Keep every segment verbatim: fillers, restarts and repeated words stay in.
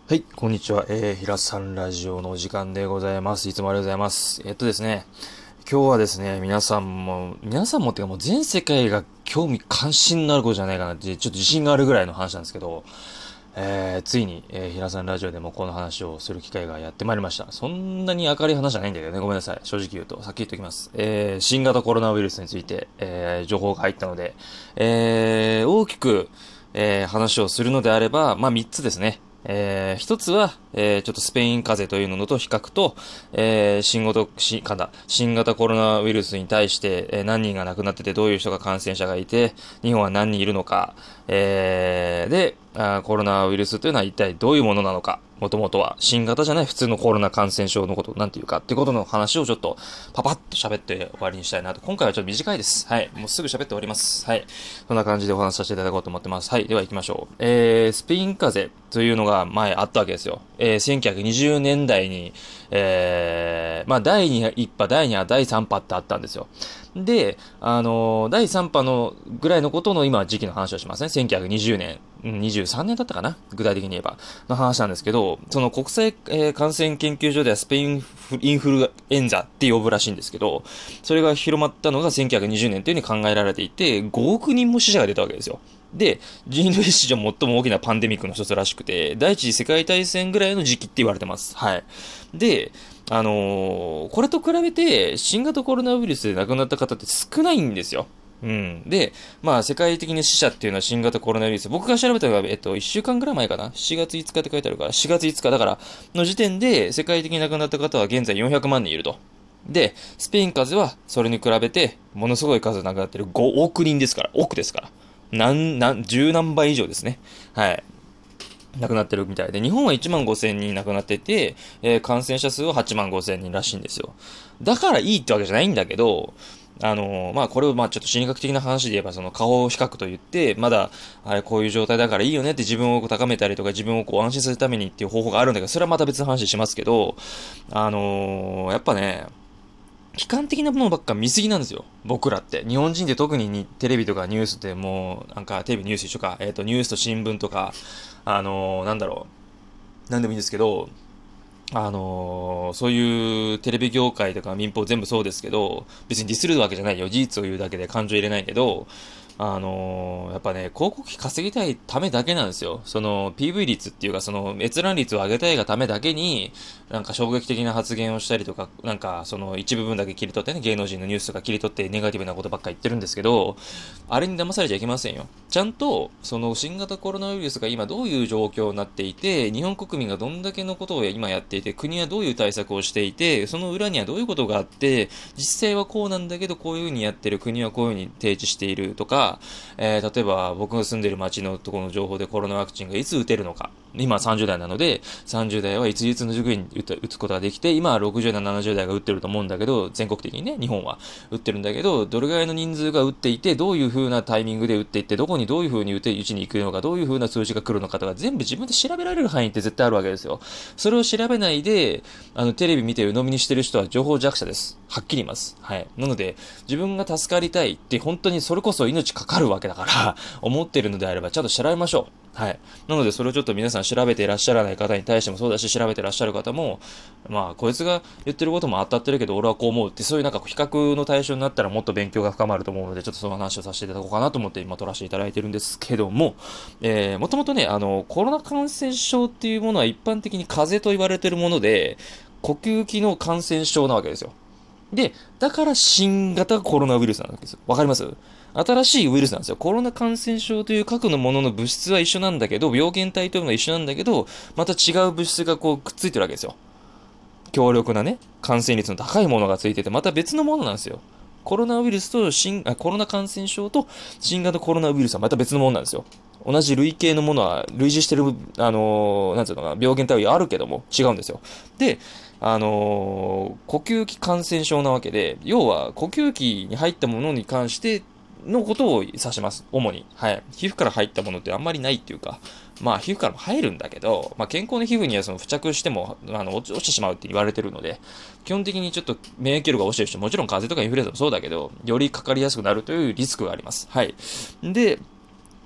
はい、こんにちは。えー、平さんラジオのお時間でございます。いつもありがとうございます。えっとですね、今日はですね、皆さんも、皆さんもっていうかもう全世界が興味関心のあることじゃないかなって、ちょっと自信があるぐらいの話なんですけど、えー、ついに、えー、平さんラジオでもこの話をする機会がやってまいりました。そんなに明るい話じゃないんだけどね、ごめんなさい。正直言うと、さっき言っておきます。えー、新型コロナウイルスについて、えー、情報が入ったので、えー、大きく、えー、話をするのであれば、まあ、みっつですね。えー、一つは、えー、ちょっとスペイン風邪というのと比較と、えー、新型、新型、新型コロナウイルスに対して、えー、何人が亡くなってて、どういう人が感染者がいて、日本は何人いるのか、えー、で、あコロナウイルスというのは一体どういうものなのか、もともとは新型じゃない普通のコロナ感染症のことをなんていうかっていうことの話をちょっとパパッと喋って終わりにしたいなと。今回はちょっと短いです。はい。もうすぐ喋って終わります。はい。そんな感じでお話しさせていただこうと思ってます。はい。では行きましょう。えー、スペイン風邪というのが前あったわけですよ。えー、せんきゅうひゃくにじゅうねんだいに、えー、まあ第に波、第に波、第さん波ってあったんですよ。で、あのー、だいさん波のぐらいのことの今時期の話をしますね。せんきゅうひゃくにじゅうねん、にじゅうさんねんだったかな具体的に言えば。の話なんですけど、その国際、えー感染研究所ではスペインインフルエンザって呼ぶらしいんですけど、それが広まったのがせんきゅうひゃくにじゅうねんというふうに考えられていて、ごおくにんも死者が出たわけですよ。で、人類史上最も大きなパンデミックの一つらしくて、第一次世界大戦ぐらいの時期って言われてます。はい。で、あのーこれと比べて、新型コロナウイルスで亡くなった方って少ないんですよ。うん。で、まあ、世界的に死者っていうのは新型コロナウイルス。僕が調べたのが、えっと、いっしゅうかんぐらい前かな ?しがついつかって書いてあるから、しがついつかだから、の時点で、世界的に亡くなった方は現在よんひゃくまん人いると。で、スペイン風邪は、それに比べて、ものすごい数亡くなってるごおく人ですから。億ですから。なん、なん、十何倍以上ですね。はい。亡くなってるみたいで、日本はいちまんごせんにん亡くなってて、えー感染者数ははちまんごせんにんらしいんですよ。だからいいってわけじゃないんだけど、あのーまあ、これをまあちょっと心理学的な話で言えば、その顔比較と言って、まだ、あれこういう状態だからいいよねって自分を高めたりとか、自分をこう安心させるためにっていう方法があるんだけど、それはまた別の話しますけど、あのーやっぱね、悲観的なものばっか見すぎなんですよ。僕らって。日本人って特ににテレビとかニュースってもう、なんかテレビニュース一緒か、えっ、と、ニュースと新聞とか、あのーなんだろう、なんでもいいんですけど、あのーそういうテレビ業界とか民放全部そうですけど、別にディスるわけじゃないよ。事実を言うだけで感情入れないけど、あのーやっぱね、広告費稼ぎたいためだけなんですよ。その ピーブイ 率っていうか、その閲覧率を上げたいがためだけに、なんか衝撃的な発言をしたりとか、なんかその一部分だけ切り取ってね、芸能人のニュースとか切り取ってネガティブなことばっか言ってるんですけど、あれに騙されちゃいけませんよ。ちゃんと、その新型コロナウイルスが今どういう状況になっていて、日本国民がどんだけのことを今やっていて、国はどういう対策をしていて、その裏にはどういうことがあって、実際はこうなんだけど、こういうふうにやってる、国はこういうふうに提示しているとか、えー、例えば僕が住んでる町のところの情報でコロナワクチンがいつ打てるのか。今さんじゅう代なので、さんじゅう代はいついつの塾に打つことができて、今はろくじゅう代、ななじゅう代が打ってると思うんだけど、全国的にね、日本は打ってるんだけど、どれぐらいの人数が打っていて、どういう風なタイミングで打っていって、どこにどういう風に打て、打ちに行くのか、どういう風な数字が来るのかとか、全部自分で調べられる範囲って絶対あるわけですよ。それを調べないで、あの、テレビ見て鵜呑みにしてる人は情報弱者です。はっきり言います。はい。なので、自分が助かりたいって、本当にそれこそ命かかるわけだから、思ってるのであれば、ちゃんと調べましょう。はい。なので、それをちょっと皆さん調べていらっしゃらない方に対してもそうだし、調べていらっしゃる方も、まあ、こいつが言ってることも当たってるけど、俺はこう思うって、そういうなんか比較の対象になったらもっと勉強が深まると思うので、ちょっとその話をさせていただこうかなと思って今撮らせていただいてるんですけども、えー、もともとね、あの、コロナ感染症っていうものは一般的に風邪と言われているもので、呼吸器の感染症なわけですよ。で、だから新型コロナウイルスなんですよ。わかります？新しいウイルスなんですよ。コロナ感染症という核のものの物質は一緒なんだけど、病原体というのは一緒なんだけど、また違う物質がこうくっついてるわけですよ。強力なね、感染率の高いものがついてて、また別のものなんですよ。コロナウイルスと新、あ、コロナ感染症と新型コロナウイルスはまた別のものなんですよ。同じ類型のものは、類似してる、あのーなんていうのかな、病原体はあるけども、違うんですよ。で、あのー呼吸器感染症なわけで、要は呼吸器に入ったものに関してのことを指します。主に。はい。皮膚から入ったものってあんまりないっていうか、まあ皮膚からも入るんだけど、まあ健康な皮膚にはその付着しても、あの、落ち落ちてしまうって言われてるので、基本的にちょっと免疫力が落ちてる人、もちろん風邪とかインフルエンザもそうだけど、よりかかりやすくなるというリスクがあります。はい。で、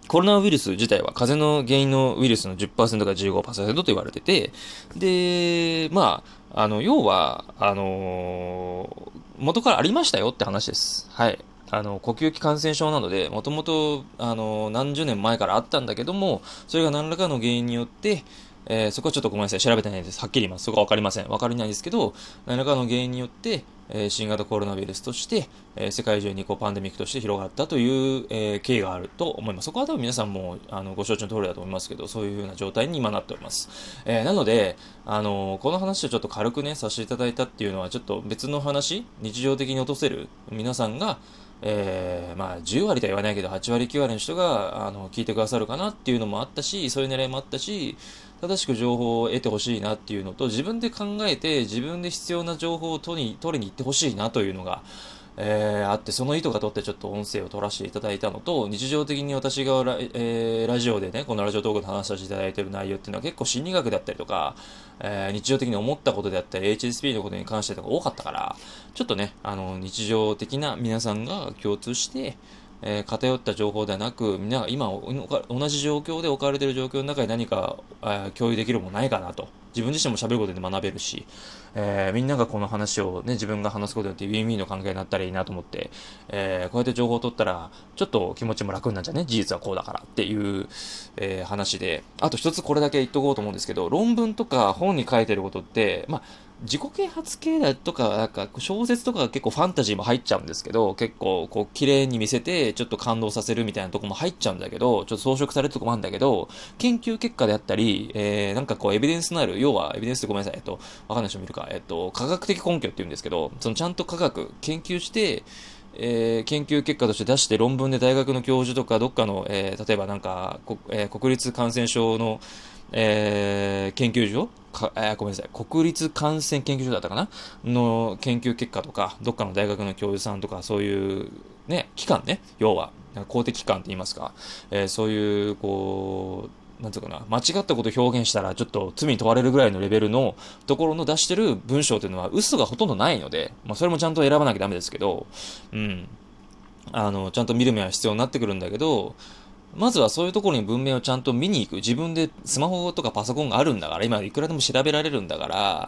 コロナウイルス自体は風邪の原因のウイルスの じゅっパーセント から じゅうごパーセント と言われてて、で、まあ、あの、要は、あのー元からありましたよって話です。はい。あの、呼吸器感染症なので、もともと、あの、何十年前からあったんだけども、それが何らかの原因によって、えーそこはちょっとごめんなさい。調べてないです。はっきり言います。そこはわかりません。わかりないですけど、何らかの原因によって、えー新型コロナウイルスとして、えー世界中にこうパンデミックとして広がったという、えー経緯があると思います。そこは多分皆さんもあのご承知の通りだと思いますけど、そういう風な状態に今なっております。えーなので、あのーこの話をちょっと軽くね、させていただいたっていうのは、ちょっと別の話、日常的に落とせる皆さんが、えーまあ、じゅう割とは言わないけど、はち割、きゅう割の人が、あの、聞いてくださるかなっていうのもあったし、そういう狙いもあったし、正しく情報を得てほしいなっていうのと、自分で考えて、自分で必要な情報を取りに、取りに行ってほしいなというのが、えーあって、その意図が取ってちょっと音声を取らせていただいたのと、日常的に私がラ,、えーラジオでね、このラジオトークで話させていただいている内容っていうのは結構心理学だったりとか、えー日常的に思ったことであったり、エイチエスピー のことに関してとか多かったから、ちょっとね、あの、日常的な皆さんが共通して、えー偏った情報ではなく、みんなが今同じ状況で置かれている状況の中で何か、えー共有できるものないかなと。自分自身も喋ることで学べるし、えーみんながこの話をね、自分が話すことによってウィンウィンの関係になったらいいなと思って、えーこうやって情報を取ったら、ちょっと気持ちも楽になっちゃうね。事実はこうだからっていう、えー話で、あと一つこれだけ言っとこうと思うんですけど、論文とか本に書いてることって、まあ、自己啓発系だとか、なんか小説とかが結構ファンタジーも入っちゃうんですけど、結構こう綺麗に見せて、ちょっと感動させるみたいなとこも入っちゃうんだけど、ちょっと装飾されるとこもあるんだけど、研究結果であったり、えー、なんかこうエビデンスのある、要はエビデンスってごめんなさい、えっと、わかんない人もいるか、えっと、科学的根拠って言うんですけど、そのちゃんと科学、研究して、えー研究結果として出して論文で大学の教授とかどっかの、えー例えばなんか、こえー国立感染症の、えー研究所か、えーごめんなさい、国立感染研究所だったかなの研究結果とか、どっかの大学の教授さんとか、そういうね、機関ね、要は、公的機関って言いますか、えーそういう、こう、なんていうかな、間違ったことを表現したらちょっと罪に問われるぐらいのレベルのところの出してる文章というのは嘘がほとんどないので、まあそれもちゃんと選ばなきゃダメですけど、うん。あの、ちゃんと見る目は必要になってくるんだけど、まずはそういうところに文面をちゃんと見に行く。自分でスマホとかパソコンがあるんだから、今いくらでも調べられるんだから、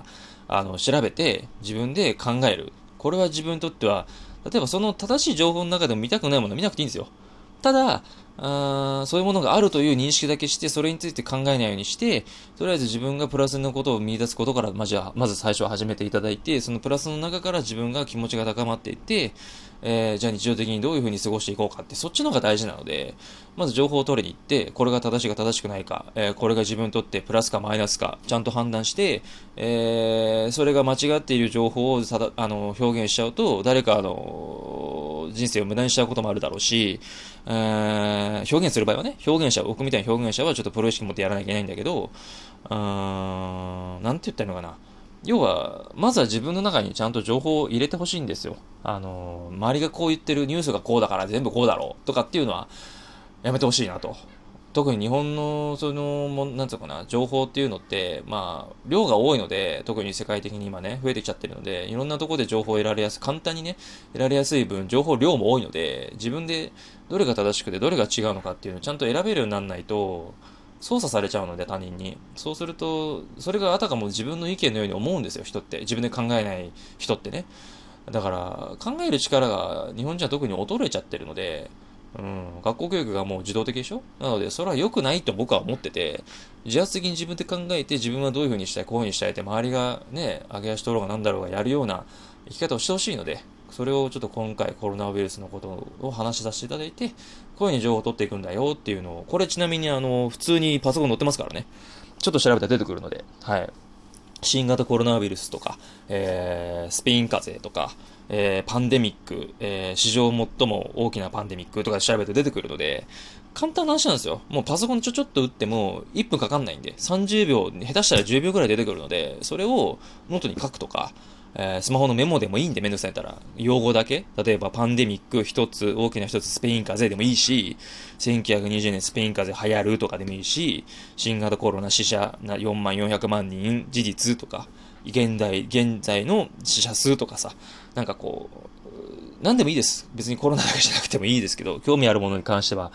あの、調べて自分で考える。これは自分にとっては、例えばその正しい情報の中でも見たくないものは見なくていいんですよ。ただ、あーそういうものがあるという認識だけして、それについて考えないようにして、とりあえず自分がプラスのことを見出すことから、まずは、まず最初は始めていただいて、そのプラスの中から自分が気持ちが高まっていって、えーじゃあ日常的にどういうふうに過ごしていこうかって、そっちの方が大事なので、まず情報を取りに行って、これが正しいか正しくないか、えーこれが自分にとってプラスかマイナスか、ちゃんと判断して、えーそれが間違っている情報をさだあの表現しちゃうと、誰かあの人生を無駄にしちゃうこともあるだろうし、えー表現する場合はね、表現者、僕みたいな表現者はちょっとプロ意識持ってやらなきゃいけないんだけど、うーん、なんて言ったらいいのかな。要は、まずは自分の中にちゃんと情報を入れてほしいんですよ。あの、周りがこう言ってるニュースがこうだから全部こうだろうとかっていうのはやめてほしいなと。特に日本の、その、もなんつうのかな、情報っていうのって、まあ、量が多いので、特に世界的に今ね、増えてきちゃってるので、いろんなところで情報を得られやすい、簡単にね、得られやすい分、情報量も多いので、自分でどれが正しくてどれが違うのかっていうのをちゃんと選べるようにならないと、操作されちゃうので他人に。そうすると、それがあたかも自分の意見のように思うんですよ、人って。自分で考えない人ってね。だから、考える力が日本人は特に衰えちゃってるので、うん、学校教育がもう自動的でしょ。なので、それは良くないと僕は思ってて、自発的に自分で考えて、自分はどういう風にしたい、こういう風にしたいって、周りがね、上げ足取ろうがなんだろうがやるような生き方をしてほしいので、それをちょっと今回コロナウイルスのことを話し出していただいて、こういう風に情報を取っていくんだよっていうのを、これちなみにあの、普通にパソコン載ってますからね。ちょっと調べたら出てくるので、はい。新型コロナウイルスとか、えー、スペイン風邪とか、えー、パンデミック、えー、史上最も大きなパンデミックとか調べて出てくるので、簡単な話なんですよ。もうパソコンちょちょっと打ってもいっぷんかかんないんで、さんじゅうびょう、下手したらじゅうびょうくらい出てくるので、それをノートに書くとか、えースマホのメモでもいいんで、めんどくさいったら、用語だけ、例えばパンデミック一つ、大きな一つスペイン風邪でもいいし、せんきゅうひゃくにじゅうねんスペイン風邪流行るとかでもいいし、新型コロナ死者よんまんよんひゃくまんにん事実とか、現代、現在の死者数とかさ、なんかこう、なんでもいいです。別にコロナだけじゃなくてもいいですけど、興味あるものに関しては、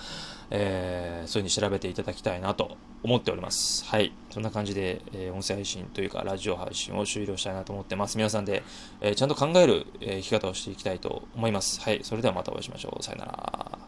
えー、そういうふうに調べていただきたいなと思っております。はい。そんな感じで、えー、音声配信というか、ラジオ配信を終了したいなと思ってます。皆さんで、えー、ちゃんと考える、えー、生き方をしていきたいと思います。はい。それではまたお会いしましょう。さよなら。